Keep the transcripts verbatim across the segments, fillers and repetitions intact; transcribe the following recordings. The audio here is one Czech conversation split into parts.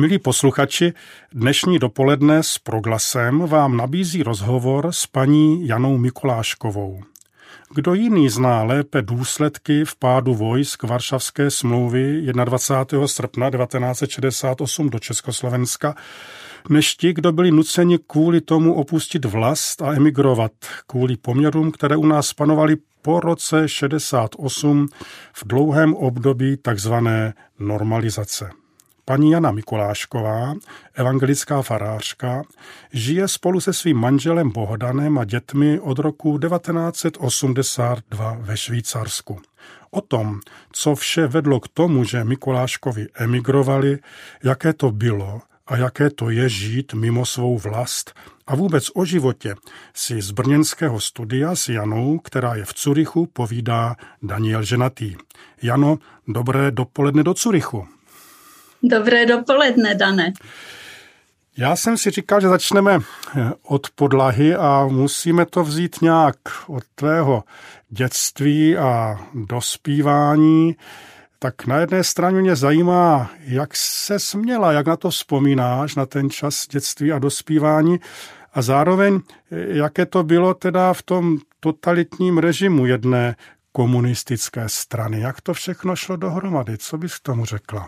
Milí posluchači, dnešní dopoledne s Proglasem vám nabízí rozhovor s paní Janou Mikoláškovou. Kdo jiný zná lépe důsledky vpádu vojsk Varšavské smlouvy dvacátého prvního srpna devatenáct set šedesát osm do Československa, než ti, kdo byli nuceni kvůli tomu opustit vlast a emigrovat, kvůli poměrům, které u nás panovaly po roce šedesát osm v dlouhém období takzvané normalizace. Paní Jana Mikolášková, evangelická farářka, žije spolu se svým manželem Bohdanem a dětmi od roku devatenáct set osmdesát dva ve Švýcarsku. O tom, co vše vedlo k tomu, že Mikoláškovi emigrovali, jaké to bylo a jaké to je žít mimo svou vlast a vůbec o životě, si z brněnského studia s Janou, která je v Curychu, povídá Daniel Ženatý. Jano, dobré dopoledne do Curychu. Dobré dopoledne, Dane. Já jsem si říkal, že začneme od podlahy a musíme to vzít nějak od tvého dětství a dospívání. Tak na jedné straně mě zajímá, jak se směla, jak na to vzpomínáš, na ten čas dětství a dospívání a zároveň, jaké to bylo teda v tom totalitním režimu jedné komunistické strany. Jak to všechno šlo dohromady? Co bys k tomu řekla?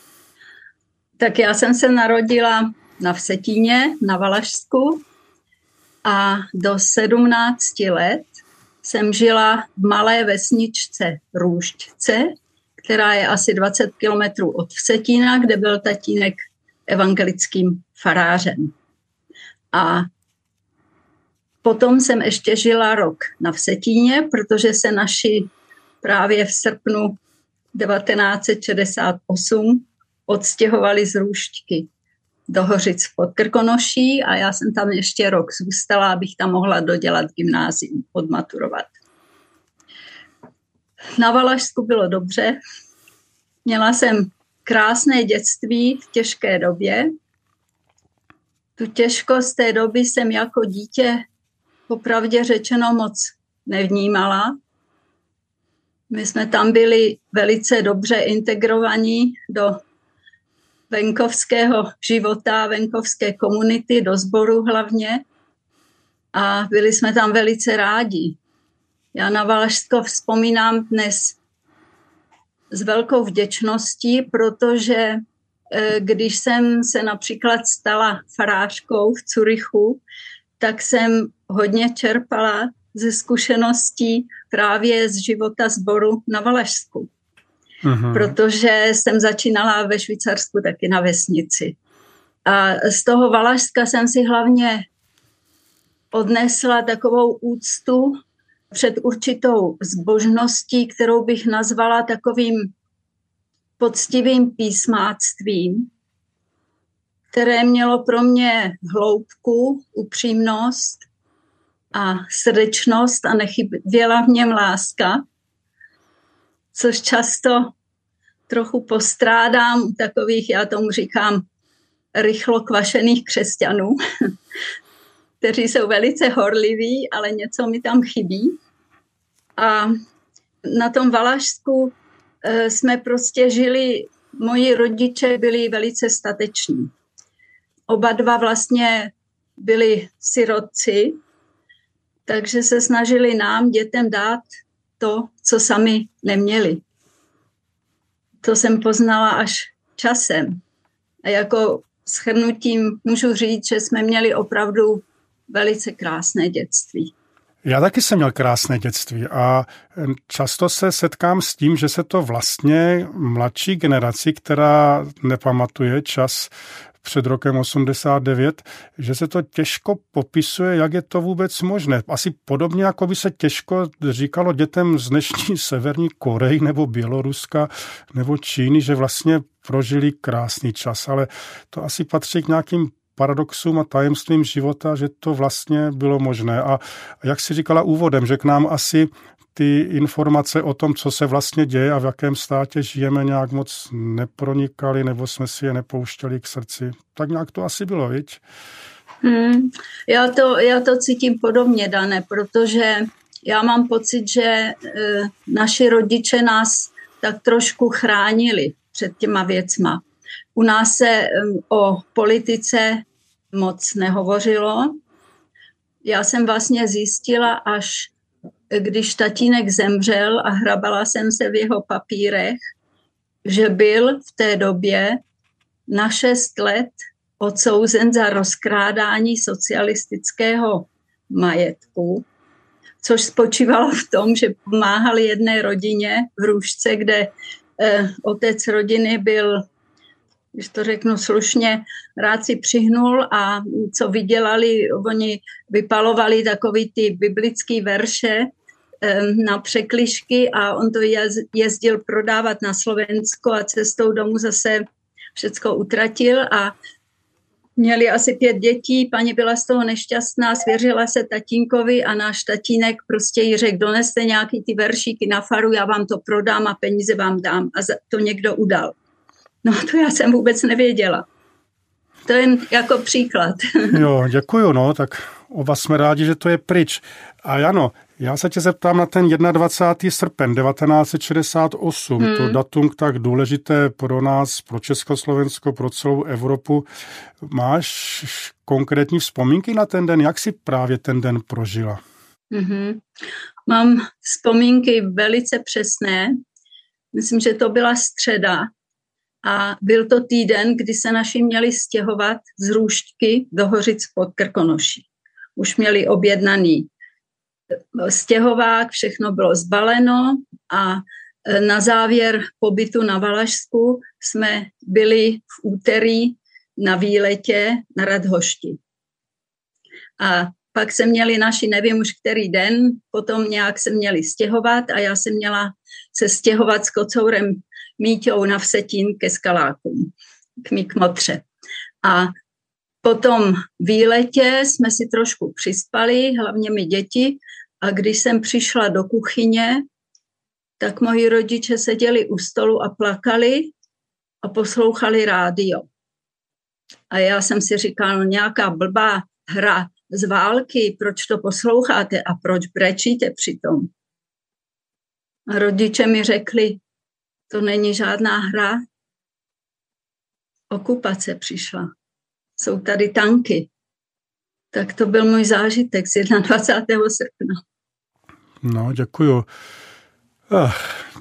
Tak já jsem se narodila na Vsetíně, na Valašsku a do sedmnácti let jsem žila v malé vesničce Růžďce, která je asi dvacet kilometrů od Vsetína, kde byl tatínek evangelickým farářem. A potom jsem ještě žila rok na Vsetíně, protože se naši právě v srpnu devatenáct set šedesát osm odstěhovali z Růžďky do Hořic pod Krkonoší a já jsem tam ještě rok zůstala, abych tam mohla dodělat gymnázium, odmaturovat. Na Valašsku bylo dobře. Měla jsem krásné dětství v těžké době. Tu těžkost té doby jsem jako dítě popravdě řečeno moc nevnímala. My jsme tam byli velice dobře integrovaní do venkovského života, venkovské komunity, do sboru hlavně. A byli jsme tam velice rádi. Já na Valašsko vzpomínám dnes s velkou vděčností, protože když jsem se například stala farářkou v Curychu, tak jsem hodně čerpala ze zkušeností právě z života sboru na Valašsku. Uhum. Protože jsem začínala ve Švýcarsku taky na vesnici. A z toho Valašska jsem si hlavně odnesla takovou úctu před určitou zbožností, kterou bych nazvala takovým poctivým písmáctvím, které mělo pro mě hloubku, upřímnost a srdečnost a nechyběla v něm láska, což často trochu postrádám u takových, já tomu říkám, rychlo kvašených křesťanů, kteří jsou velice horliví, ale něco mi tam chybí. A na tom Valašsku jsme prostě žili, moji rodiče byli velice stateční. Oba dva vlastně byli sirotci, takže se snažili nám, dětem, dát to, co sami neměli. To jsem poznala až časem. A jako shrnutím můžu říct, že jsme měli opravdu velice krásné dětství. Já taky jsem měl krásné dětství a často se setkám s tím, že se to vlastně mladší generaci, která nepamatuje čas před rokem osmdesát devět, že se to těžko popisuje, jak je to vůbec možné. Asi podobně, jako by se těžko říkalo dětem z dnešní Severní Koreji nebo Běloruska nebo Číny, že vlastně prožili krásný čas, ale to asi patří k nějakým paradoxům a tajemstvím života, že to vlastně bylo možné. A jak jsi říkala úvodem, že k nám asi ty informace o tom, co se vlastně děje a v jakém státě žijeme, nějak moc nepronikaly, nebo jsme si je nepouštěli k srdci. Tak nějak to asi bylo, viď? Hmm, já, to, já to cítím podobně, Dane, protože já mám pocit, že e, naši rodiče nás tak trošku chránili před těma věcma. U nás se o politice moc nehovořilo. Já jsem vlastně zjistila, až když tatínek zemřel a hrabala jsem se v jeho papírech, že byl v té době na šest let odsouzen za rozkrádání socialistického majetku, což spočívalo v tom, že pomáhal jedné rodině v Růžce, kde eh, otec rodiny byl, když to řeknu slušně, rád si přihnul a co vydělali, oni vypalovali takový ty biblický verše eh, na překližky a on to jezdil prodávat na Slovensko a cestou domů zase všecko utratil a měli asi pět dětí, paní byla z toho nešťastná, svěřila se tatínkovi a náš tatínek prostě jí řekl, doneste nějaký ty veršíky na faru, já vám to prodám a peníze vám dám. A to někdo udal. No to já jsem vůbec nevěděla. To je jako příklad. Jo, děkuju, no, tak oba jsme rádi, že to je pryč. A Jano, já se tě zeptám na ten dvacátého prvního srpen devatenáct set šedesát osm, hmm. to datum tak důležité pro nás, pro Československo, pro celou Evropu. Máš konkrétní vzpomínky na ten den? Jak jsi právě ten den prožila? Mm-hmm. Mám vzpomínky velice přesné. Myslím, že to byla středa a byl to týden, kdy se naši měli stěhovat z Růžky do Hořic pod Krkonoší. Už měli objednaný stěhovák, všechno bylo zbaleno a na závěr pobytu na Valašsku jsme byli v úterý na výletě na Radhošti. A pak se měli naši, nevím už který den, potom nějak se měli stěhovat a já jsem měla se stěhovat s kocourem Míťou na Vsetín ke Skalákům, k mý kmotře. A po tom výletě jsme si trošku přispali, hlavně my děti, a když jsem přišla do kuchyně, tak moji rodiče seděli u stolu a plakali a poslouchali rádio. A já jsem si říkala, no nějaká blbá hra z války, proč to posloucháte a proč brečíte přitom? A rodiče mi řekli, to není žádná hra, okupace přišla. Jsou tady tanky. Tak to byl můj zážitek z dvacátého prvního srpna. No, děkuju. Ah,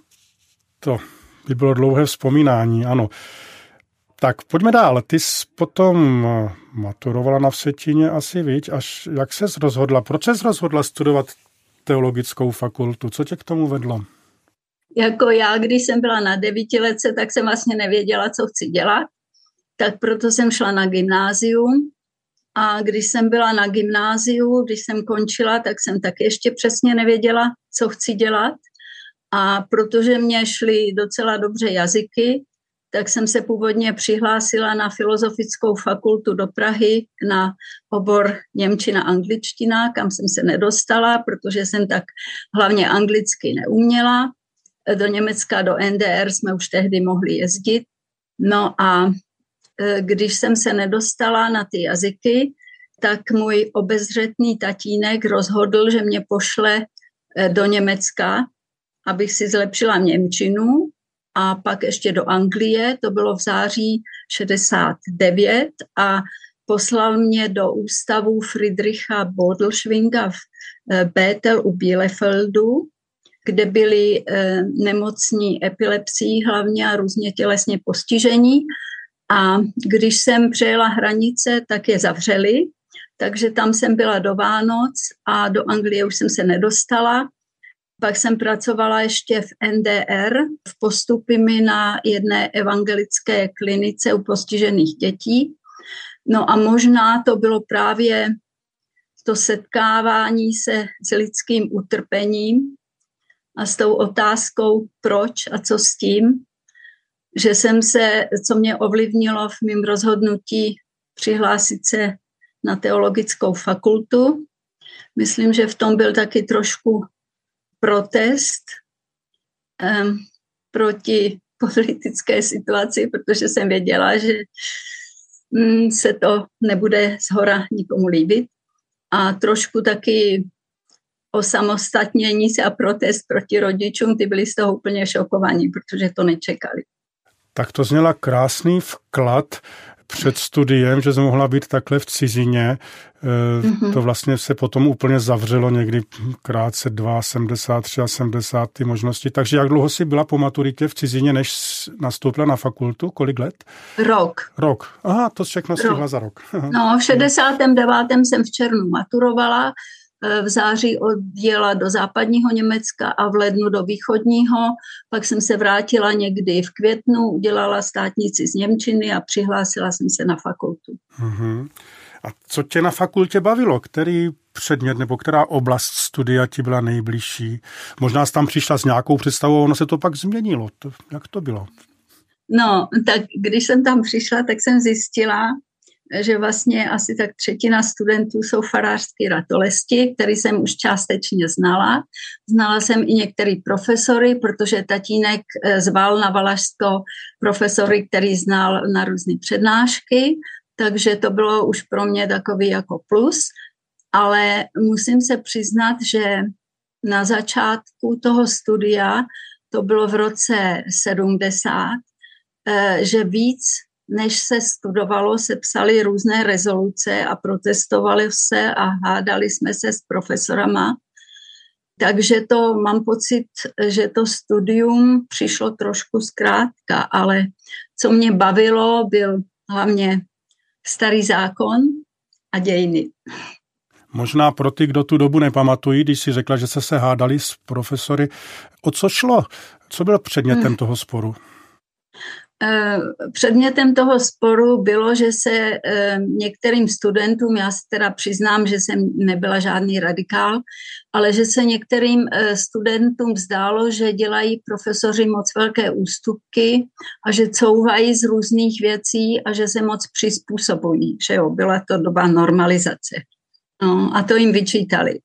to by bylo dlouhé vzpomínání, ano. Tak pojďme dál. Ty jsi potom maturovala na Vsetíně asi, víš, až jak ses rozhodla? Proč ses rozhodla studovat teologickou fakultu? Co tě k tomu vedlo? Jako já, když jsem byla na devítiletce, tak jsem vlastně nevěděla, co chci dělat. Tak proto jsem šla na gymnázium. A když jsem byla na gymnáziu, když jsem končila, tak jsem taky ještě přesně nevěděla, co chci dělat. A protože mě šly docela dobře jazyky, tak jsem se původně přihlásila na Filozofickou fakultu do Prahy na obor němčina angličtina, kam jsem se nedostala, protože jsem tak hlavně anglicky neuměla. Do Německa, do N D R jsme už tehdy mohli jezdit. No a když jsem se nedostala na ty jazyky, tak můj obezřetný tatínek rozhodl, že mě pošle do Německa, abych si zlepšila němčinu a pak ještě do Anglie, to bylo v září šedesát devět a poslal mě do ústavu Friedricha Bodelschwinga v Bethel u Bielefeldu, kde byli nemocní epilepsií hlavně a různě tělesně postižení. A když jsem přejela hranice, tak je zavřeli, takže tam jsem byla do Vánoc a do Anglie už jsem se nedostala. Pak jsem pracovala ještě v N D R v Postupimi na jedné evangelické klinice u postižených dětí. No a možná to bylo právě to setkávání se s lidským utrpením a s tou otázkou proč a co s tím, že jsem se, co mě ovlivnilo v mém rozhodnutí přihlásit se na teologickou fakultu. Myslím, že v tom byl taky trošku protest um, proti politické situaci, protože jsem věděla, že um, se to nebude zhora nikomu líbit. A trošku taky osamostatnění se a protest proti rodičům, ty byli z toho úplně šokovaní, protože to nečekali. Tak to zněla krásný vklad před studiem, že jsem mohla být takhle v cizině. Mm-hmm. To vlastně se potom úplně zavřelo někdy krátce sedmdesát dva, sedmdesát tři ty možnosti. Takže jak dlouho jsi byla po maturitě v cizině, než nastoupila na fakultu? Kolik let? Rok. Rok. Aha, to všechno stihla za rok. No, v šedesátém devátém jsem v červnu maturovala, v září odjela do západního Německa a v lednu do východního. Pak jsem se vrátila někdy v květnu, udělala státnici z němčiny a přihlásila jsem se na fakultu. Uh-huh. A co tě na fakultě bavilo? Který předmět nebo která oblast studia ti byla nejbližší? Možná jsi tam přišla s nějakou představou, ono se to pak změnilo. To, jak to bylo? No, tak když jsem tam přišla, tak jsem zjistila, že vlastně asi tak třetina studentů jsou farářský ratolesti, který jsem už částečně znala. Znala jsem i některý profesory, protože tatínek zval na Valašsko profesory, který znal na různé přednášky, takže to bylo už pro mě takový jako plus, ale musím se přiznat, že na začátku toho studia, to bylo v roce sedmdesát, že víc než se studovalo, se psaly různé rezoluce a protestovali se a hádali jsme se s profesorama. Takže to mám pocit, že to studium přišlo trošku zkrátka, ale co mě bavilo, byl hlavně starý zákon a dějiny. Možná pro ty, kdo tu dobu nepamatují, když si řekla, že se se hádali s profesory, o co šlo? Co byl předmětem hmm. toho sporu? Předmětem toho sporu bylo, že se některým studentům, já se teda přiznám, že jsem nebyla žádný radikál, ale že se některým studentům zdálo, že dělají profesoři moc velké ústupky a že couvají z různých věcí a že se moc přizpůsobují, že jo, byla to doba normalizace. No, a to jim vyčítali.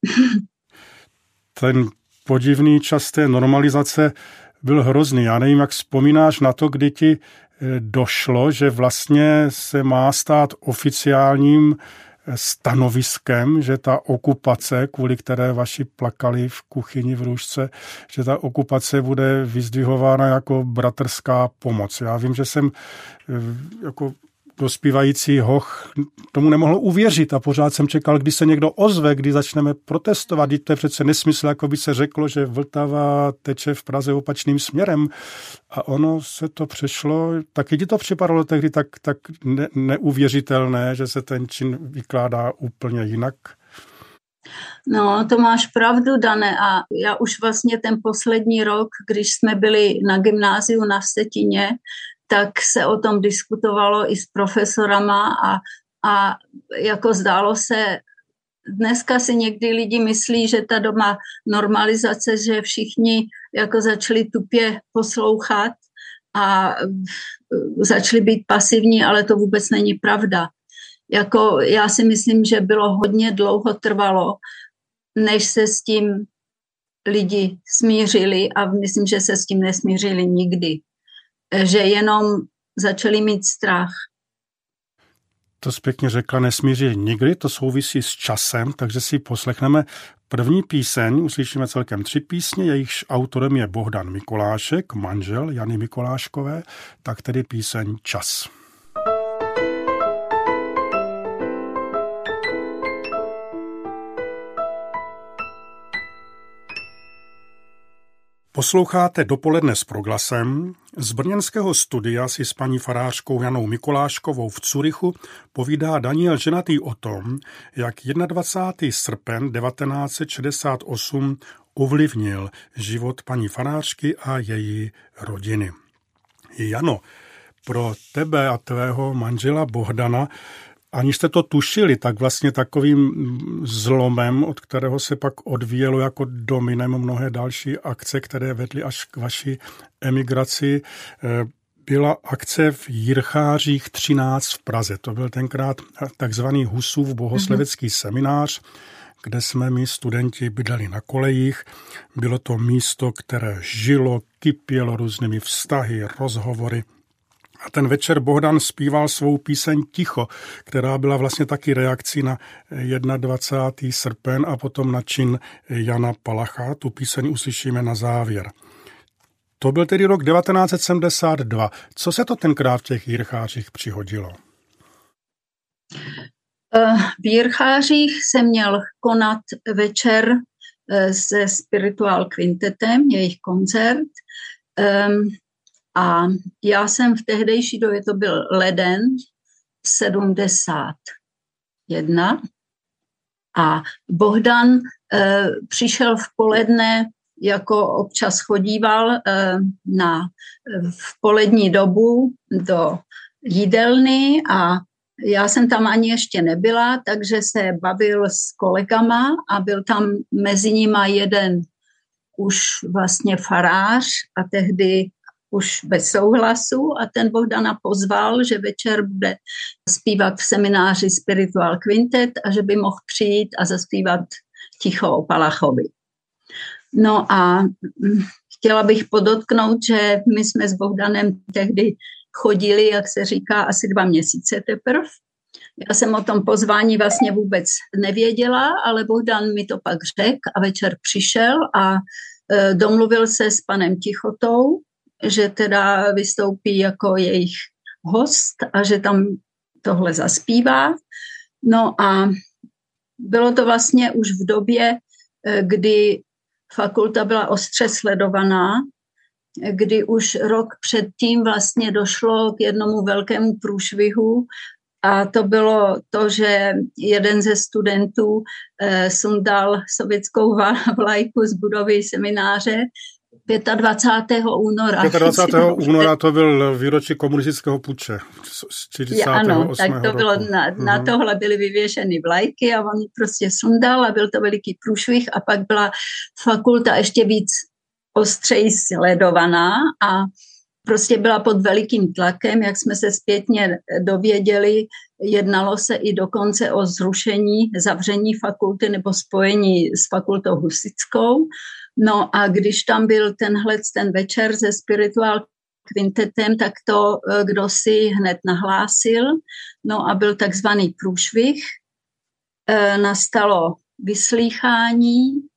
Ten podivný čas té normalizace byl hrozný. Já nevím, jak vzpomínáš na to, kdy ti došlo, že vlastně se má stát oficiálním stanoviskem, že ta okupace, kvůli které vaši plakali v kuchyni v Růžce, že ta okupace bude vyzdvihována jako bratrská pomoc. Já vím, že jsem jako dospívající hoch tomu nemohl uvěřit a pořád jsem čekal, kdy se někdo ozve, kdy začneme protestovat. To je přece nesmysl, jako by se řeklo, že Vltava teče v Praze opačným směrem. A ono se to přešlo, taky ti to připadalo tehdy tak, tak ne, neuvěřitelné, že se ten čin vykládá úplně jinak? No, to máš pravdu, Dane, a já už vlastně ten poslední rok, když jsme byli na gymnáziu na Vsetíně, tak se o tom diskutovalo i s profesorama a, a jako zdálo se, dneska si někdy lidi myslí, že ta doba normalizace, že všichni jako začali tupě poslouchat a začali být pasivní, ale to vůbec není pravda. Jako já si myslím, že bylo hodně dlouho trvalo, než se s tím lidi smířili a myslím, že se s tím nesmířili nikdy. Že jenom začali mít strach. To jsi pěkně řekla, nesmíří nikdy, to souvisí s časem, takže si poslechneme první píseň, uslyšíme celkem tři písně, jejichž autorem je Bohdan Mikolášek, manžel Jany Mikoláškové, tak tedy píseň Čas. Posloucháte Dopoledne s Proglasem. Z brněnského studia si s paní farářkou Janou Mikoláškovou v Curychu povídá Daniel Ženatý o tom, jak dvacátého prvního srpen devatenáct set šedesát osm ovlivnil život paní farářky a její rodiny. Jano, pro tebe a tvého manžela Bohdana, aniž jste to tušili, tak vlastně takovým zlomem, od kterého se pak odvíjelo jako dominem mnohé další akce, které vedly až k vaší emigraci, byla akce v Jirchářích třináct v Praze. To byl tenkrát takzvaný Husův bohoslovecký mm-hmm. seminář, kde jsme my studenti bydleli na kolejích. Bylo to místo, které žilo, kypělo různými vztahy, rozhovory. A ten večer Bohdan zpíval svou píseň Ticho, která byla vlastně taky reakcí na dvacátého prvního srpen a potom na čin Jana Palacha. Tu píseň uslyšíme na závěr. To byl tedy rok devatenáct set sedmdesát dva. Co se to tenkrát v těch Jirchářích přihodilo? V Jirchářích se měl konat večer se Spiritual Quintetem, jejich koncert. A já jsem v tehdejší době, to byl leden sedmdesát jedna, a Bohdan přišel v poledne, jako občas chodíval na, v polední dobu do jídelny, a já jsem tam ani ještě nebyla, takže se bavil s kolegama a byl tam mezi nima jeden už vlastně farář a tehdy už bez souhlasu, a ten Bohdana pozval, že večer bude zpívat v semináři Spiritual Quintet a že by mohl přijít a zaspívat Ticho o Palachovi. No a chtěla bych podotknout, že my jsme s Bohdanem tehdy chodili, jak se říká, asi dva měsíce teprv. Já jsem o tom pozvání vlastně vůbec nevěděla, ale Bohdan mi to pak řekl a večer přišel a e, domluvil se s panem Tichotou, že teda vystoupí jako jejich host a že tam tohle zaspívá. No a bylo to vlastně už v době, kdy fakulta byla ostře sledovaná, kdy už rok předtím vlastně došlo k jednomu velkému průšvihu, a to bylo to, že jeden ze studentů eh, sundal sovětskou vlajku z budovy semináře dvacátého pátého února. dvacátého pátého února to byl výročí komunistického puče. Ano, tak to roku. bylo, na, na uh-huh. tohle byly vyvěšeny vlajky a on prostě sundal a byl to veliký průšvih, a pak byla fakulta ještě víc ostřeji sledovaná a prostě byla pod velikým tlakem, jak jsme se zpětně dověděli, jednalo se i dokonce o zrušení, zavření fakulty nebo spojení s fakultou husitskou. No a když tam byl tenhle ten večer se Spiritual Quintetem, tak to kdo si hned nahlásil. No a byl takzvaný průšvih. E, nastalo vyslýchání.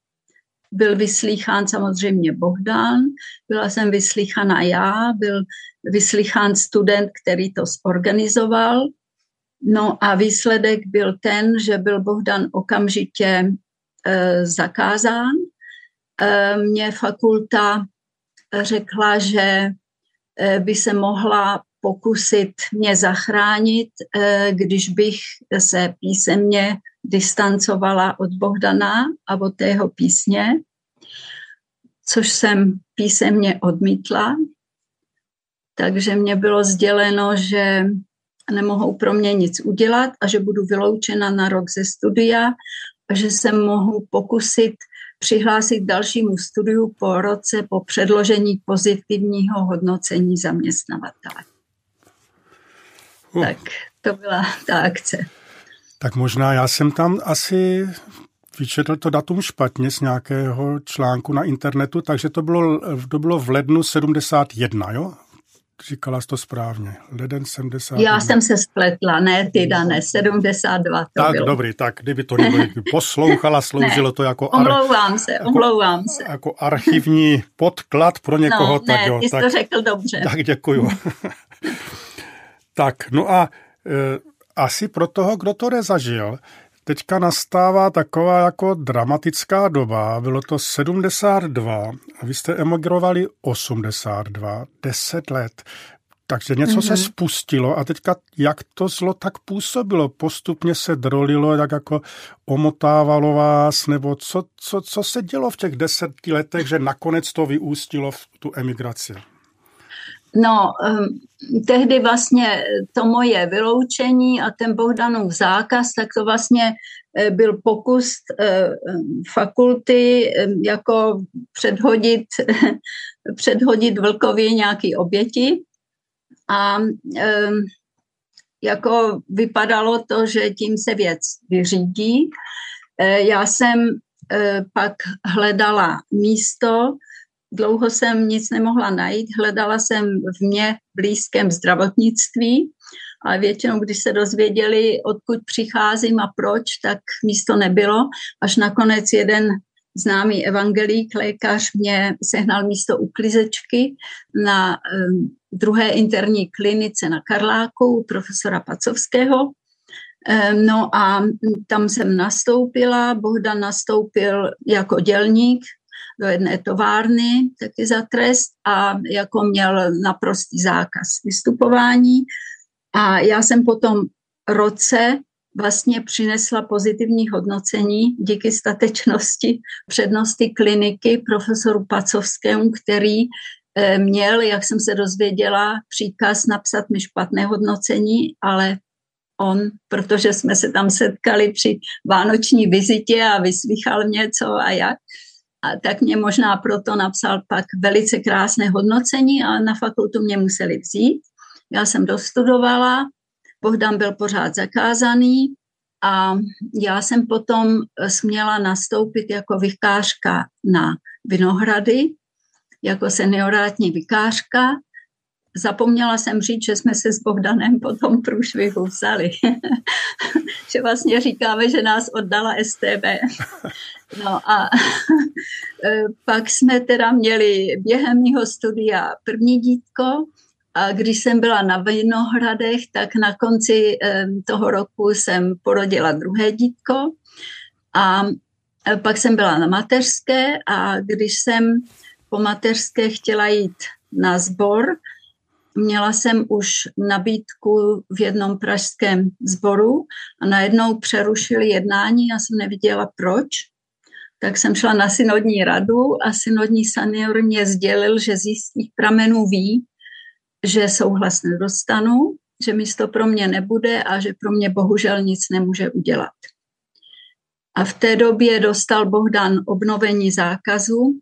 Byl vyslýchán samozřejmě Bohdan, byla jsem vyslýchána já, byl vyslýchán student, který to zorganizoval. No a výsledek byl ten, že byl Bohdan okamžitě e, zakázán. E, mě fakulta řekla, že e, by se mohla pokusit mě zachránit, e, když bych se písemně distancovala od Bohdana a od tého písně, což jsem písemně odmítla. Takže mě bylo sděleno, že nemohou pro mě nic udělat a že budu vyloučena na rok ze studia a že se mohu pokusit přihlásit k dalšímu studiu po roce po předložení pozitivního hodnocení zaměstnavatele. Uh. Tak to byla ta akce. Tak možná já jsem tam asi vyčetl to datum špatně z nějakého článku na internetu, takže to bylo, to bylo v lednu sedmdesát jedna, jo? Říkala jsi to správně. Leden sedmdesát jedna. Já jsem se spletla, ne ty, Dane, sedmdesát dva to tak, bylo. Dobrý, tak kdyby to nebylo, kdyby poslouchala, sloužilo to jako... Omlouvám ar... se, omlouvám jako, se. Jako archivní podklad pro někoho. No, tak ne, jo, ty jsi tak, to řekl dobře. Tak děkuju. Tak, no a e, asi pro toho, kdo to nezažil, teďka nastává taková jako dramatická doba. Bylo to sedmdesát dva a vy jste emigrovali osmdesát dva, deset let. Takže něco mm-hmm. se spustilo a teďka jak to zlo tak působilo? Postupně se drolilo, jak jako omotávalo vás, nebo co, co, co se dělo v těch deseti letech, že nakonec to vyústilo v tu emigraci? No, tehdy vlastně to moje vyloučení a ten Bohdanův zákaz, tak to vlastně byl pokus fakulty jako předhodit, předhodit vlkovi nějaký oběti. A jako vypadalo to, že tím se věc vyřídí. Já jsem pak hledala místo, dlouho jsem nic nemohla najít, hledala jsem v mě blízkém zdravotnictví, ale většinou, když se dozvěděli, odkud přicházím a proč, tak místo nebylo, až nakonec jeden známý evangelík, lékař, mě sehnal místo uklizečky na um, druhé interní klinice na Karláku, profesora Pacovského. Um, no a tam jsem nastoupila, Bohdan nastoupil jako dělník do jedné továrny, taky za trest, a jako měl naprostý zákaz vystupování. A já jsem po tom roce vlastně přinesla pozitivní hodnocení díky statečnosti přednosti kliniky profesoru Pacovskému, který měl, jak jsem se dozvěděla, příkaz napsat mi špatné hodnocení, ale on, protože jsme se tam setkali při vánoční vizitě a vyslýchal mě co a jak, a tak mě možná proto napsal pak velice krásné hodnocení, ale na fakultu mě museli vzít. Já jsem dostudovala, Bohdan byl pořád zakázaný a já jsem potom směla nastoupit jako vikářka na Vinohrady, jako seniorátní vikářka. Zapomněla jsem říct, že jsme se s Bohdanem po tom průšvihu vzali. Že vlastně říkáme, že nás oddala S T B. No a pak jsme teda měli během mého studia první dítko, a když jsem byla na Vinohradech, tak na konci toho roku jsem porodila druhé dítko a pak jsem byla na mateřské, a když jsem po mateřské chtěla jít na sbor, měla jsem už nabídku v jednom pražském sboru a najednou přerušili jednání, já jsem neviděla proč, tak jsem šla na synodní radu a synodní senior mě sdělil, že z jistých pramenů ví, že souhlas nedostanu, že místo pro mě nebude a že pro mě bohužel nic nemůže udělat. A v té době dostal Bohdan obnovení zákazu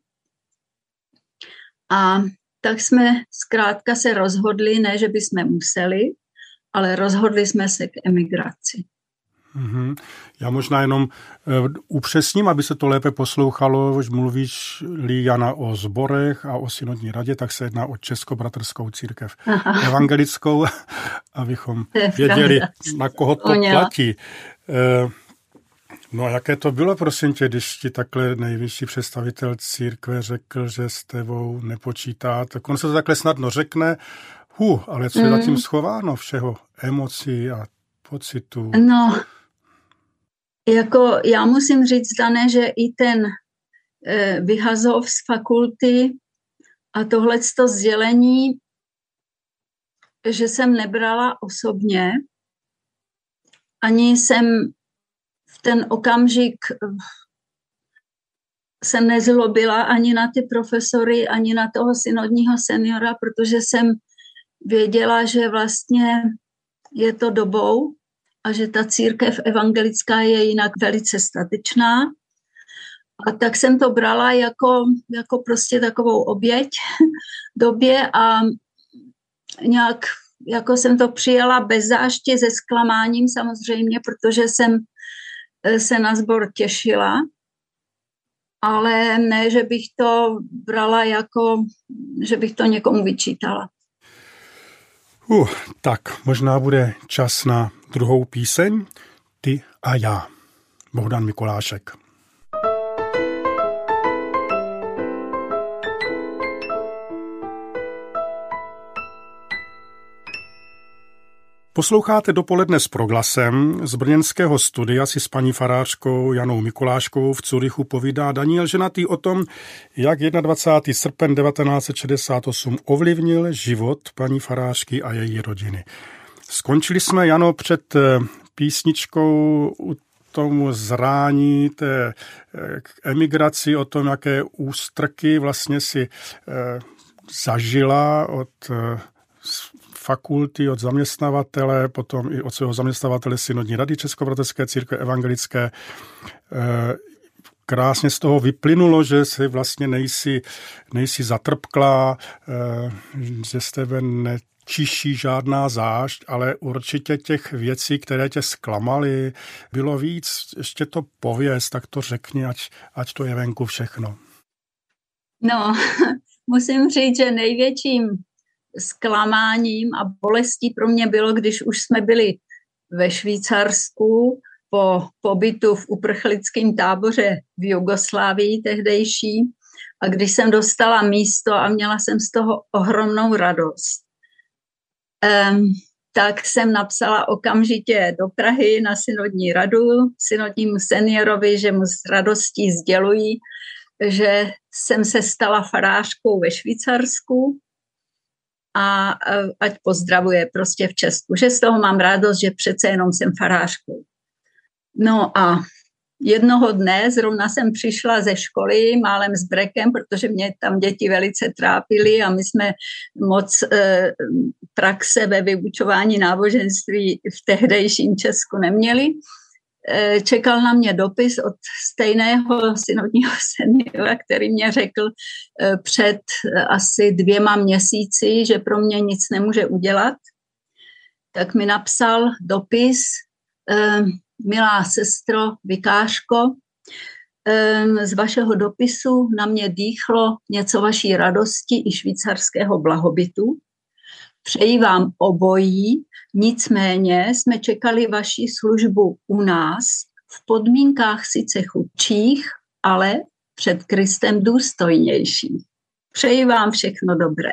a tak jsme zkrátka se rozhodli, ne, že bychom museli, ale rozhodli jsme se k emigraci. Mm-hmm. Já možná jenom uh, upřesním, aby se to lépe poslouchalo, už mluvíš-li, Jana, o sborech a o synodní radě, tak se jedná o Českobratrskou církev Aha. evangelickou, abychom věděli, na koho to Uměla. platí. Uh, no a jaké to bylo, prosím tě, když ti takhle nejvyšší představitel církve řekl, že s tebou nepočítá, tak on se to takhle snadno řekne, hu, ale co je mm. zatím schováno všeho, emocí a pocitů? No, jako já musím říct, Dané, že i ten e, vyhazov z fakulty a tohleto sdělení, že jsem nebrala osobně, ani jsem v ten okamžik se nezlobila ani na ty profesory, ani na toho synodního seniora, protože jsem věděla, že vlastně je to dobou a že ta církev evangelická je jinak velice statečná. A tak jsem to brala jako, jako prostě takovou oběť době a nějak jako jsem to přijala bez záště, se zklamáním samozřejmě, protože jsem se na sbor těšila, ale ne, že bych to brala jako, že bych to někomu vyčítala. Uh, tak, možná bude čas na druhou píseň. Ty a já. Bohdan Mikulášek. Posloucháte Dopoledne s Proglasem. Z brněnského studia si s paní farářkou Janou Mikuláškovou v Curychu povídá Daniel Ženatý o tom, jak dvacátého prvního srpna devatenáct set šedesát osm ovlivnil život paní farářky a její rodiny. Skončili jsme, Jano, před písničkou u tomu zrání té emigraci, o tom, jaké ústrky vlastně si zažila od fakulty, od zaměstnavatele, potom i od svého zaměstnavatele synodní rady Českobratrské církve evangelické. Krásně z toho vyplynulo, že si vlastně nejsi, nejsi zatrpklá, že z tebe nečiší žádná zášť, ale určitě těch věcí, které tě zklamaly, bylo víc. Ještě to pověz, tak to řekni, ať, ať to je venku všechno. No, musím říct, že největším zklamáním a bolestí pro mě bylo, když už jsme byli ve Švýcarsku po pobytu v uprchlickém táboře v Jugoslávii tehdejší. A když jsem dostala místo a měla jsem z toho ohromnou radost, um, tak jsem napsala okamžitě do Prahy na synodní radu, synodnímu seniorovi, že mu s radostí sdělují, že jsem se stala farářkou ve Švýcarsku a ať pozdravuje prostě v Česku, že z toho mám radost, že přece jenom jsem farářkou. No a jednoho dne zrovna jsem přišla ze školy málem s brekem, protože mě tam děti velice trápily a my jsme moc e, praxe ve vyučování náboženství v tehdejším Česku neměli. E, čekal na mě dopis od stejného synodního seniora, který mě řekl e, před asi dvěma měsíci, že pro mě nic nemůže udělat. Tak mi napsal dopis, e, milá sestro, vikářko, z vašeho dopisu na mě dýchlo něco vaší radosti i švýcarského blahobytu. Přeji vám obojí, nicméně jsme čekali vaši službu u nás v podmínkách sice chudších, ale před Kristem důstojnějších. Přeji vám všechno dobré.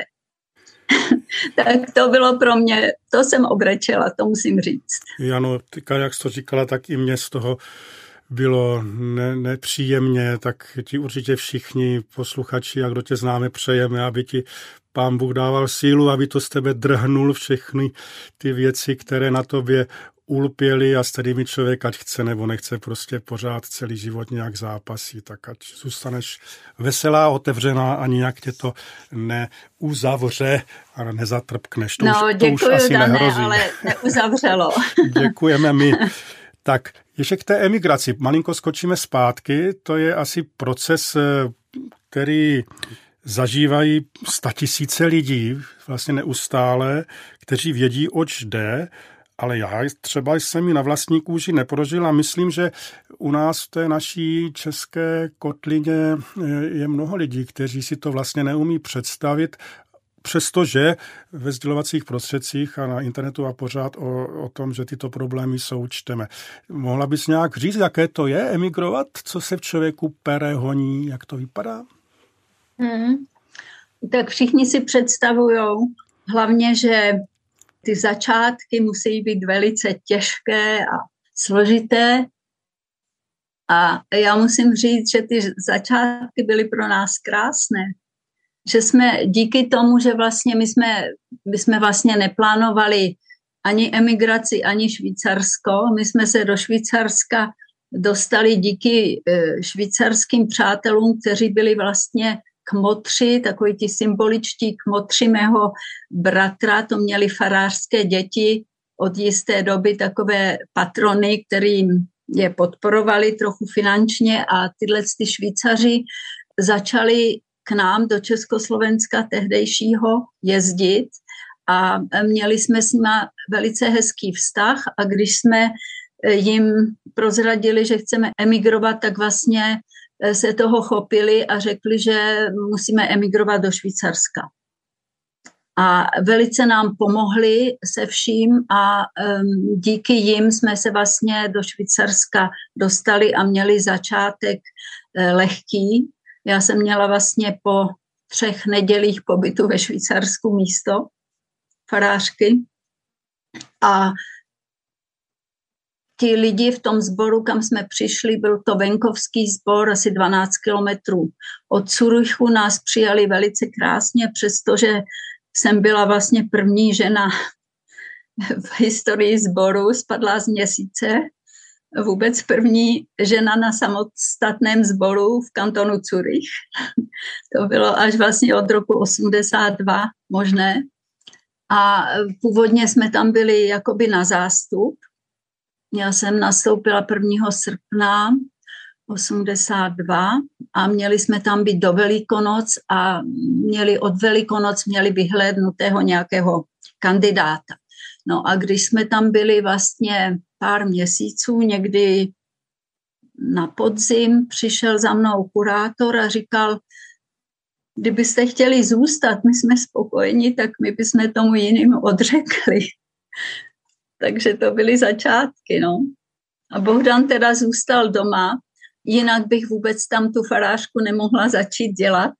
Tak to bylo pro mě, to jsem obrečela, to musím říct. Jano, jak jsi to říkala, tak i mě z toho bylo ne, nepříjemně, tak ti určitě všichni posluchači, a kdo tě známe, přejeme, aby ti Pán Bůh dával sílu, aby to z tebe drhnul všechny ty věci, které na tobě ulpěli a s kterými člověk, ať chce nebo nechce, prostě pořád celý život nějak zápasí, tak ať zůstaneš veselá, otevřená a nijak tě to neuzavře a nezatrpkneš. To, no, už, to děkuju, už asi Dané, nehrozí. Ale neuzavřelo. Děkujeme my. Tak ještě k té emigraci. Malinko skočíme zpátky. To je asi proces, který zažívají statisíce lidí vlastně neustále, kteří vědí, oč jde, ale já třeba jsem ji na vlastní kůži neprožil a myslím, že u nás v té naší české kotlině je mnoho lidí, kteří si to vlastně neumí představit, přestože ve sdělovacích prostředcích a na internetu a pořád o, o tom, že tyto problémy jsou, čteme. Mohla bys nějak říct, jaké to je emigrovat? Co se v člověku pere, honí? Jak to vypadá? Hmm. Tak všichni si představujou hlavně, že ty začátky musí být velice těžké a složité. A já musím říct, že ty začátky byly pro nás krásné. Že jsme díky tomu, že vlastně my jsme, my jsme vlastně neplánovali ani emigraci, ani Švýcarsko. My jsme se do Švýcarska dostali díky švýcarským přátelům, kteří byli vlastně kmotři, takový ti symboličtí kmotři mého bratra, to měli farářské děti od jisté doby, takové patrony, kterým je podporovali trochu finančně a tyhle ty Švýcaři začali k nám do Československa tehdejšího jezdit a měli jsme s nima velice hezký vztah a když jsme jim prozradili, že chceme emigrovat, tak vlastně se toho chopili a řekli, že musíme emigrovat do Švýcarska. A velice nám pomohli se vším a um, díky jim jsme se vlastně do Švýcarska dostali a měli začátek uh, lehký. Já jsem měla vlastně po třech nedělích pobytu ve Švýcarsku místo farářky a ti lidi v tom sboru, kam jsme přišli, byl to venkovský sbor, asi dvanáct kilometrů od Curychu, nás přijali velice krásně, přestože jsem byla vlastně první žena v historii sboru, spadla z měsíce, vůbec první žena na samostatném sboru v kantonu Zurich. To bylo až vlastně od roku osmdesát dva možné. A původně jsme tam byli jakoby na zástup. Já jsem nastoupila prvního srpna osmdesát dva a měli jsme tam být do Velikonoc a měli od Velikonoc měli vyhlédnutého nějakého kandidáta. No a když jsme tam byli vlastně pár měsíců, někdy na podzim, přišel za mnou kurátor a říkal, kdybyste chtěli zůstat, my jsme spokojeni, tak my bychom tomu jiným odřekli. Takže to byly začátky, no. A Bohdan teda zůstal doma, jinak bych vůbec tam tu farářku nemohla začít dělat.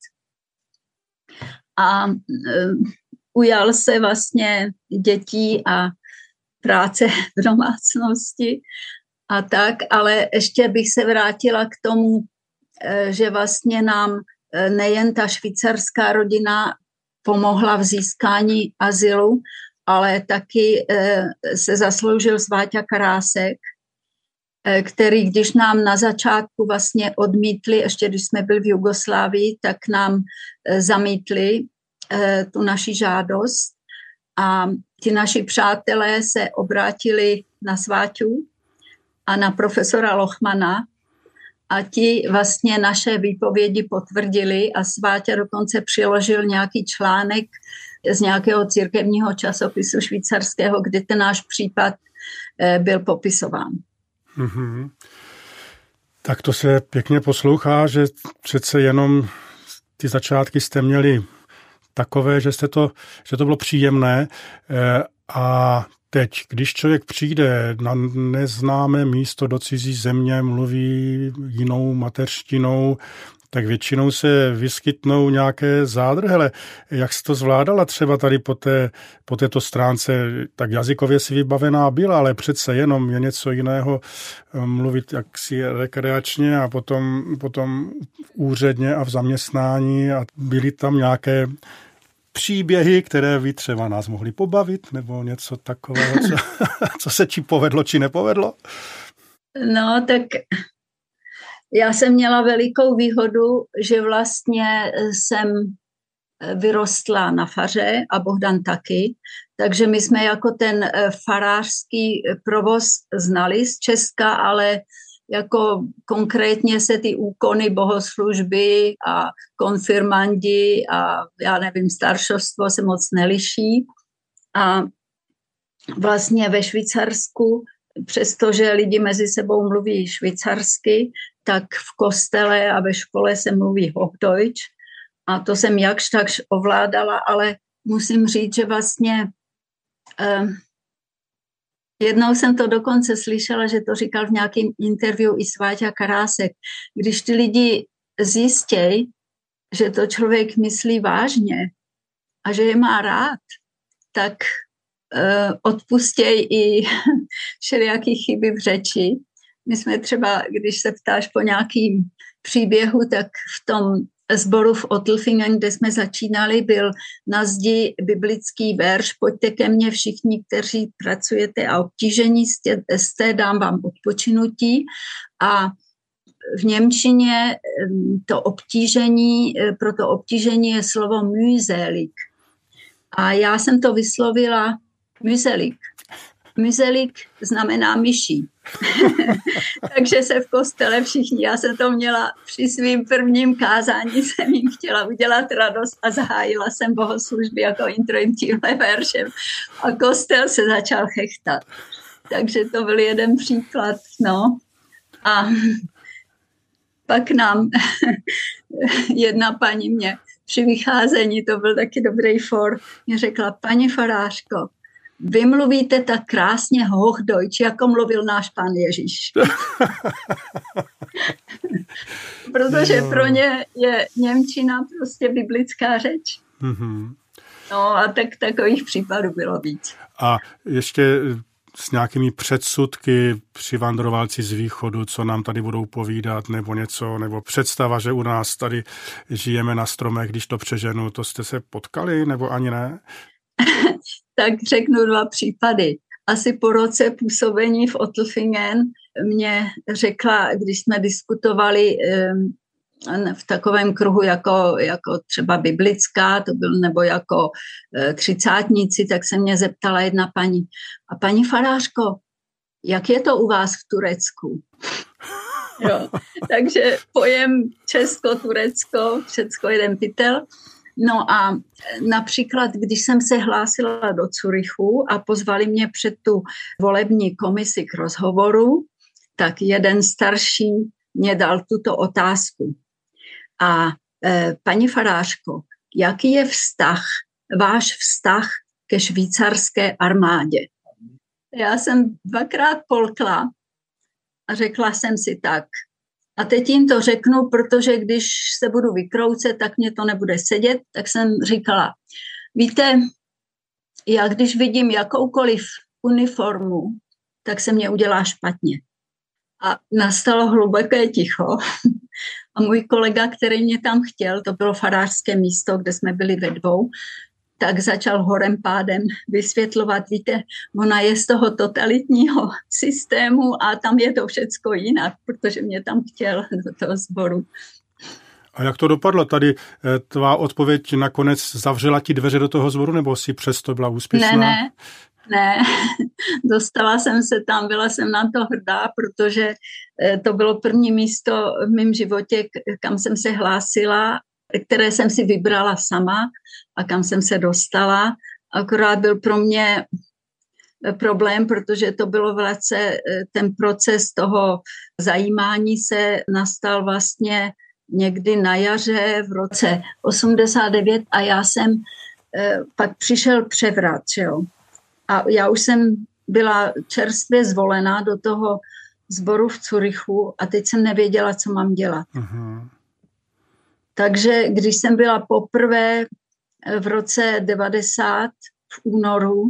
A uh, ujal se vlastně dětí a práce v domácnosti a tak, ale ještě bych se vrátila k tomu, že vlastně nám nejen ta švýcarská rodina pomohla v získání azylu, ale taky se zasloužil Sváťa Karásek, který, když nám na začátku vlastně odmítli, ještě když jsme byli v Jugoslávii, tak nám zamítli tu naši žádost a ti naši přátelé se obrátili na Sváťu a na profesora Lochmana a ti vlastně naše výpovědi potvrdili a Sváťa dokonce přiložil nějaký článek z nějakého církevního časopisu švýcarského, kde ten náš případ byl popisován. Mm-hmm. Tak to se pěkně poslouchá, že přece jenom ty začátky jste měli takové, že, jste to, že to bylo příjemné a teď, když člověk přijde na neznámé místo do cizí země, mluví jinou mateřštinou, tak většinou se vyskytnou nějaké zádrhele. Jak jsi to zvládala třeba tady po, té, po této stránce? Tak jazykově si vybavená byla, ale přece jenom je něco jiného mluvit jaksi rekreačně a potom, potom úředně a v zaměstnání a byly tam nějaké příběhy, které by třeba nás mohly pobavit, nebo něco takového, co, co se či povedlo, či nepovedlo? No, tak já jsem měla velikou výhodu, že vlastně jsem vyrostla na faře a Bohdan taky, takže my jsme jako ten farářský provoz znali z Česka, ale jako konkrétně se ty úkony bohoslužby a konfirmandi a já nevím, staršovstvo se moc neliší. A vlastně ve Švýcarsku, přestože lidi mezi sebou mluví švýcarsky, tak v kostele a ve škole se mluví Hochdeutsch a to jsem jakž takž ovládala, ale musím říct, že vlastně eh, jednou jsem to dokonce slyšela, že to říkal v nějakém interview i Sváťa Karásek. Když ty lidi zjistějí, že to člověk myslí vážně a že je má rád, tak uh, odpustěj i všelijaký chyby v řeči. My jsme třeba, když se ptáš po nějakým příběhu, tak v tom sboru v Ottelfingen, kde jsme začínali, byl na zdi biblický verš: pojďte ke mně všichni, kteří pracujete a obtížení, jste, dám vám odpočinutí. A v němčině to obtížení, pro to obtížení je slovo mühselig. A já jsem to vyslovila mühselig. Mühselig znamená myší. Takže se v kostele všichni, já jsem to měla při svým prvním kázání, jsem jim chtěla udělat radost a zahájila jsem bohoslužby jako intro jim tímhle veršem. A kostel se začal chechtat. Takže to byl jeden příklad. No. A pak nám jedna paní mě při vycházení, to byl taky dobrý for, mě řekla: paní farářko, vy mluvíte tak krásně Hochdeutsch, jako mluvil náš pán Ježíš. Protože pro ně je němčina prostě biblická řeč. Mm-hmm. No a tak takových případů bylo víc. A ještě s nějakými předsudky přivandrovalci z východu, co nám tady budou povídat, nebo něco, nebo představa, že u nás tady žijeme na stromech, když to přeženu, to jste se potkali, nebo ani ne? Tak řeknu dva případy. Asi po roce působení v Ottelfingen mě řekla, když jsme diskutovali v takovém kruhu jako, jako třeba biblická, to byl, nebo jako třicátníci, tak se mě zeptala jedna paní: a paní farářko, jak je to u vás v Turecku? Jo, takže pojem Česko-Turecko, všecko jeden pytel. No a například, když jsem se hlásila do Curychu a pozvali mě před tu volební komisi k rozhovoru, tak jeden starší mě dal tuto otázku. A e, paní farářko, jaký je vztah, váš vztah ke švýcarské armádě? Já jsem dvakrát polkla A řekla jsem si tak. A teď jim to řeknu, protože když se budu vykroucet, tak mě to nebude sedět. Tak jsem říkala, víte, já když vidím jakoukoliv uniformu, tak se mě udělá špatně. A nastalo hluboké ticho. A můj kolega, který mě tam chtěl, to bylo farářské místo, kde jsme byli ve dvou, tak začal horem pádem vysvětlovat, víte, ona je z toho totalitního systému a tam je to všecko jinak, protože mě tam chtěl do toho sboru. A jak to dopadlo? Tady tvá odpověď nakonec zavřela ti dveře do toho sboru, nebo si přesto byla úspěšná? Ne, ne, ne. Dostala jsem se tam, byla jsem na to hrdá, protože to bylo první místo v mém životě, kam jsem se hlásila, které jsem si vybrala sama a kam jsem se dostala. Akorát byl pro mě problém, protože to bylo vlastně ten proces toho zajímání se nastal vlastně někdy na jaře v roce osmdesát devět a já jsem, pak přišel převrat, jo. A já už jsem byla čerstvě zvolená do toho sboru v Curychu a teď jsem nevěděla, co mám dělat. Uh-huh. Takže když jsem byla poprvé v roce devadesát v únoru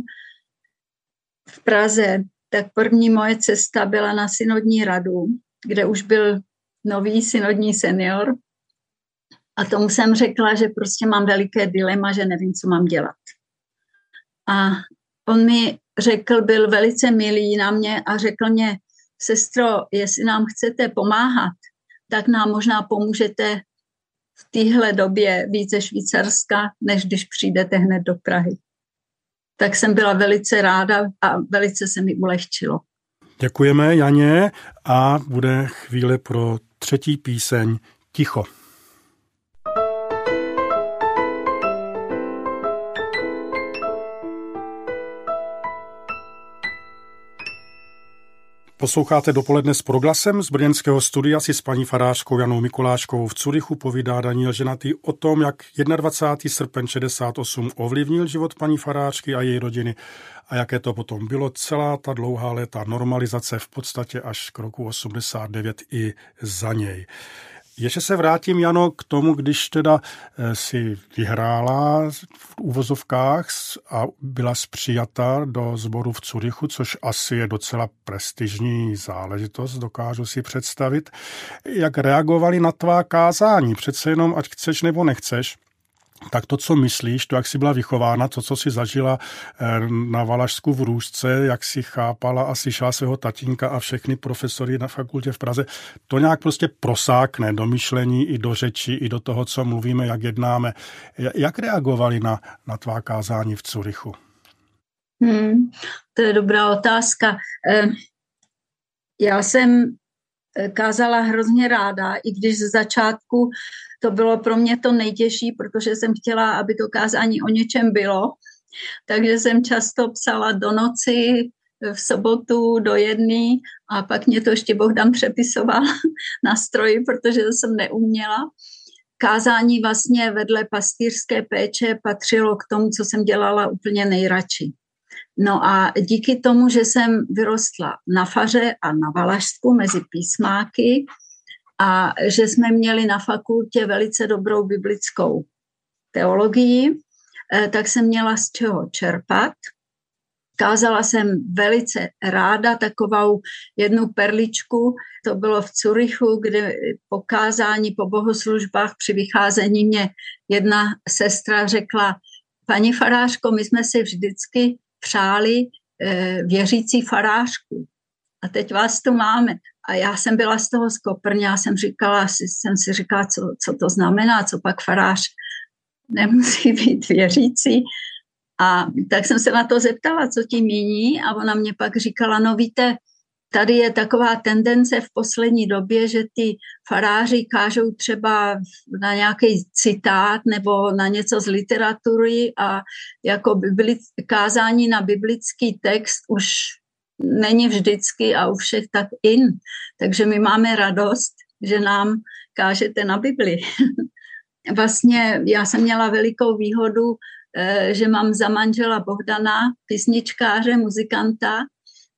v Praze, tak první moje cesta byla na synodní radu, kde už byl nový synodní senior a tomu jsem řekla, že prostě mám veliké dilema, že nevím, co mám dělat. A on mi řekl, byl velice milý na mě a řekl mě, sestro, jestli nám chcete pomáhat, tak nám možná pomůžete v téhle době více Švýcarska, než když přijdete hned do Prahy. Tak jsem byla velice ráda a velice se mi ulehčilo. Děkujeme, Janě, a bude chvíle pro třetí píseň Ticho. Posloucháte Dopoledne s Proglasem. Z brněnského studia si s paní farářkou Janou Mikuláškovou v Curychu povídá Daniel Ženatý o tom, jak dvacátého prvního srpna šedesát osm ovlivnil život paní farářky a její rodiny a jaké to potom bylo celá ta dlouhá léta normalizace v podstatě až k roku osmdesát devět i za něj. Ještě se vrátím, Jano, k tomu, když teda si vyhrála v úvozovkách a byla přijata do sboru v Curychu, což asi je docela prestižní záležitost, dokážu si představit. Jak reagovali na tvá kázání? Přece jenom, ať chceš nebo nechceš, tak to, co myslíš, to, jak jsi byla vychována, to, co jsi zažila na Valašsku v Růžce, jak jsi chápala a slyšela svého tatínka a všechny profesory na fakultě v Praze, to nějak prostě prosákne do myšlení i do řeči, i do toho, co mluvíme, jak jednáme. Jak reagovali na, na tvá kázání v Curychu? Hmm, to je dobrá otázka. Já jsem kázala hrozně ráda, i když z začátku to bylo pro mě to nejtěžší, protože jsem chtěla, aby to kázání o něčem bylo. Takže jsem často psala do noci, v sobotu do jedné a pak mě to ještě Bohdan přepisoval na stroji, protože to jsem neuměla. Kázání vlastně vedle pastýřské péče patřilo k tomu, co jsem dělala úplně nejradši. No a díky tomu, že jsem vyrostla na faře a na Valašsku mezi písmáky a že jsme měli na fakultě velice dobrou biblickou teologii, tak jsem měla z čeho čerpat. Kázala jsem velice ráda takovou jednu perličku, to bylo v Curychu, kde po kázání, po bohoslužbách při vycházení mě jedna sestra řekla, paní farářko, my jsme si vždycky přáli e, věřící farářku. A teď vás tu máme. A já jsem byla z toho skoprně, já jsem říkala, jsem si říkala, co, co to znamená, co pak farář nemusí být věřící. A tak jsem se na to zeptala, co tím míní, a ona mě pak říkala, no víte, tady je taková tendence v poslední době, že ty faráři kážou třeba na nějaký citát nebo na něco z literatury a jako biblic, kázání na biblický text už není vždycky a u všech tak in. Takže my máme radost, že nám kážete na Bibli. Vlastně já jsem měla velikou výhodu, že mám za manžela Bohdana, písničkáře, muzikanta,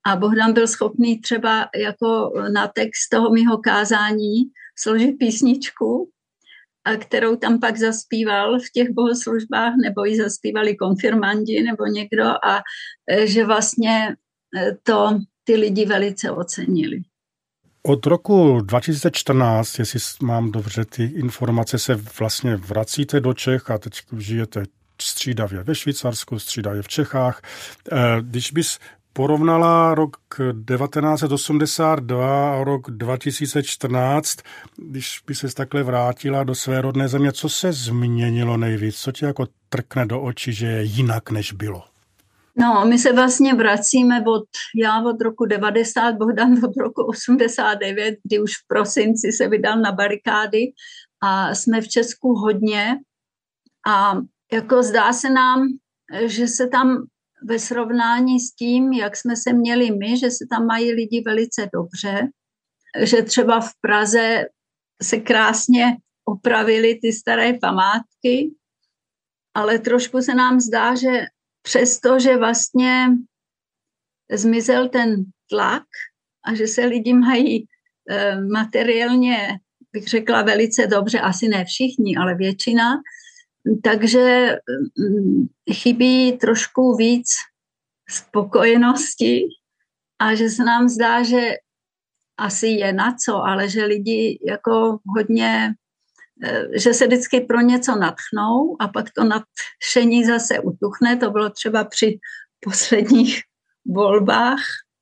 A Bohdan byl schopný třeba jako na text toho mého kázání složit písničku, a kterou tam pak zaspíval v těch bohoslužbách, nebo ji zaspívali konfirmandi nebo někdo, a že vlastně to ty lidi velice ocenili. Od roku dva tisíce čtrnáct, jestli mám dobře ty informace, se vlastně vracíte do Čech a teď žijete střídavě ve Švýcarsku, střídavě v Čechách. Když bys porovnala rok devatenáct set osmdesát dva a rok dva tisíce čtrnáct, když by ses takhle vrátila do své rodné země, co se změnilo nejvíc? Co ti jako trkne do očí, že je jinak, než bylo? No, my se vlastně vracíme od, já od roku devadesát, Bohdan od roku osmdesát devět, kdy už v prosinci se vydal na barikády a jsme v Česku hodně a jako zdá se nám, že se tam ve srovnání s tím, jak jsme se měli my, že se tam mají lidi velice dobře, že třeba v Praze se krásně opravily ty staré památky, ale trošku se nám zdá, že přesto, že vlastně zmizel ten tlak a že se lidi mají e, materiálně, bych řekla, velice dobře, asi ne všichni, ale většina, takže mm, chybí trošku víc spokojenosti a že se nám zdá, že asi je na co, ale že lidi jako hodně, že se vždycky pro něco nadchnou a pak to nadšení zase utuchne. To bylo třeba při posledních volbách.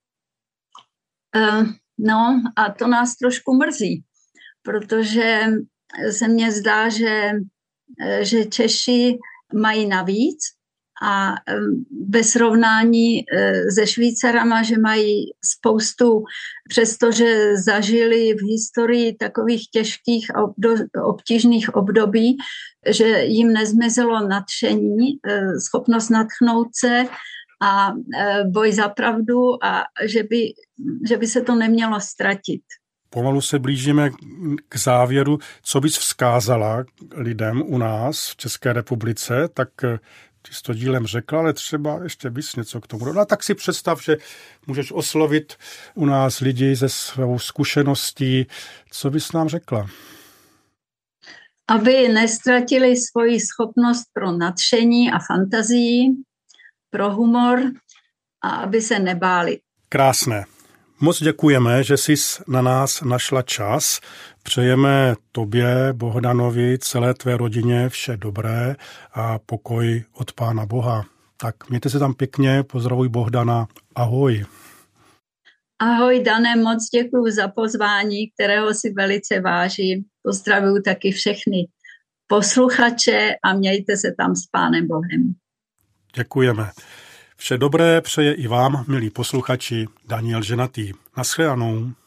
No a to nás trošku mrzí, protože se mně zdá, že, že Češi mají navíc a ve srovnání se Švýcarama, že mají spoustu, přestože zažili v historii takových těžkých a obtížných období, že jim nezmizelo nadšení, schopnost nadchnout se a boj za pravdu a že by, že by se to nemělo ztratit. Pomalu se blížíme k závěru. Co bys vzkázala lidem u nás v České republice, tak ty jsi to dílem řekla, ale třeba ještě bys něco k tomu dodala. Tak si představ, že můžeš oslovit u nás lidi ze svou zkušeností. Co bys nám řekla? Aby nestratili svoji schopnost pro nadšení a fantazii, pro humor a aby se nebáli. Krásné. Moc děkujeme, že jsi na nás našla čas. Přejeme tobě, Bohdanovi, celé tvé rodině vše dobré a pokoj od Pána Boha. Tak mějte se tam pěkně, pozdravuj Bohdana, ahoj. Ahoj Dané, moc děkuji za pozvání, kterého si velice vážím. Pozdravuju taky všechny posluchače a mějte se tam s Pánem Bohem. Děkujeme. Vše dobré přeje i vám, milí posluchači, Daniel Ženatý. Naschledanou.